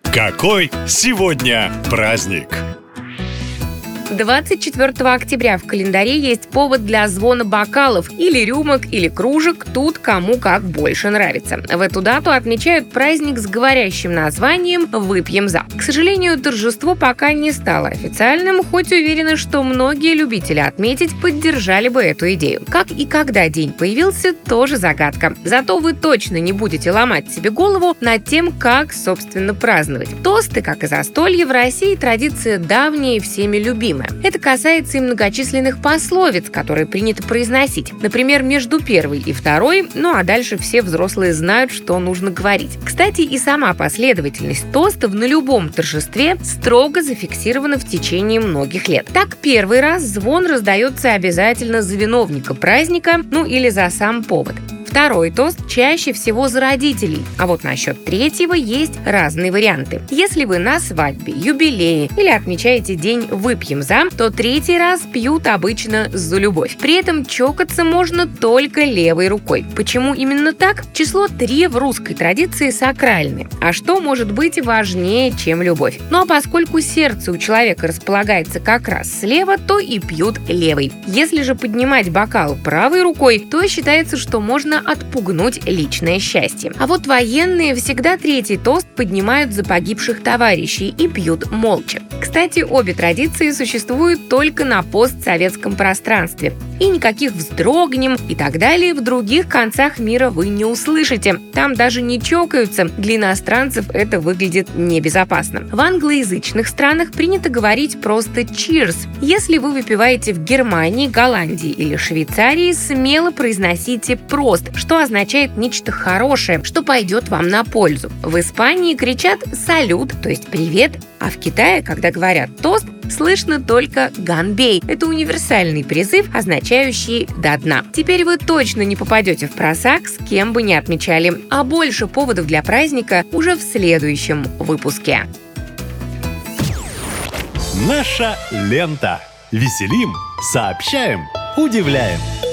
Какой сегодня праздник? 24 октября в календаре есть повод для звона бокалов или рюмок, или кружек, тут кому как больше нравится. В эту дату отмечают праздник с говорящим названием «Выпьем за». К сожалению, торжество пока не стало официальным, хоть уверена, что многие любители отметить поддержали бы эту идею. Как и когда день появился, тоже загадка. Зато вы точно не будете ломать себе голову над тем, как, собственно, праздновать. Тосты, как и застолье, в России традиция давняя и всеми любимая. Это касается и многочисленных пословиц, которые принято произносить. Например, между первой и второй, а дальше все взрослые знают, что нужно говорить. Кстати, и сама последовательность тостов на любом торжестве строго зафиксирована в течение многих лет. Так, первый раз звон раздается обязательно за виновника праздника, или за сам повод. Второй тост чаще всего за родителей, а вот насчет третьего есть разные варианты. Если вы на свадьбе, юбилее или отмечаете день «Выпьем за», то третий раз пьют обычно за любовь. При этом чокаться можно только левой рукой. Почему именно так? Число 3 в русской традиции сакральное. А что может быть важнее, чем любовь? А поскольку сердце у человека располагается как раз слева, то и пьют левой. Если же поднимать бокал правой рукой, то считается, что можно отпугнуть личное счастье. А вот военные всегда третий тост поднимают за погибших товарищей и пьют молча. Кстати, обе традиции существуют только на постсоветском пространстве. И никаких «вздрогнем» и так далее в других концах мира вы не услышите. Там даже не чокаются. Для иностранцев это выглядит небезопасно. В англоязычных странах принято говорить просто «cheers». Если вы выпиваете в Германии, Голландии или Швейцарии, смело произносите «прост», что означает нечто хорошее, что пойдет вам на пользу. В Испании кричат «салют», то есть «привет», а в Китае, когда говорят «тост», слышно только «ганбей». Это универсальный призыв, означающий «до дна». Теперь вы точно не попадете в просак, с кем бы ни отмечали. А больше поводов для праздника уже в следующем выпуске. Наша лента. Веселим, сообщаем, удивляем.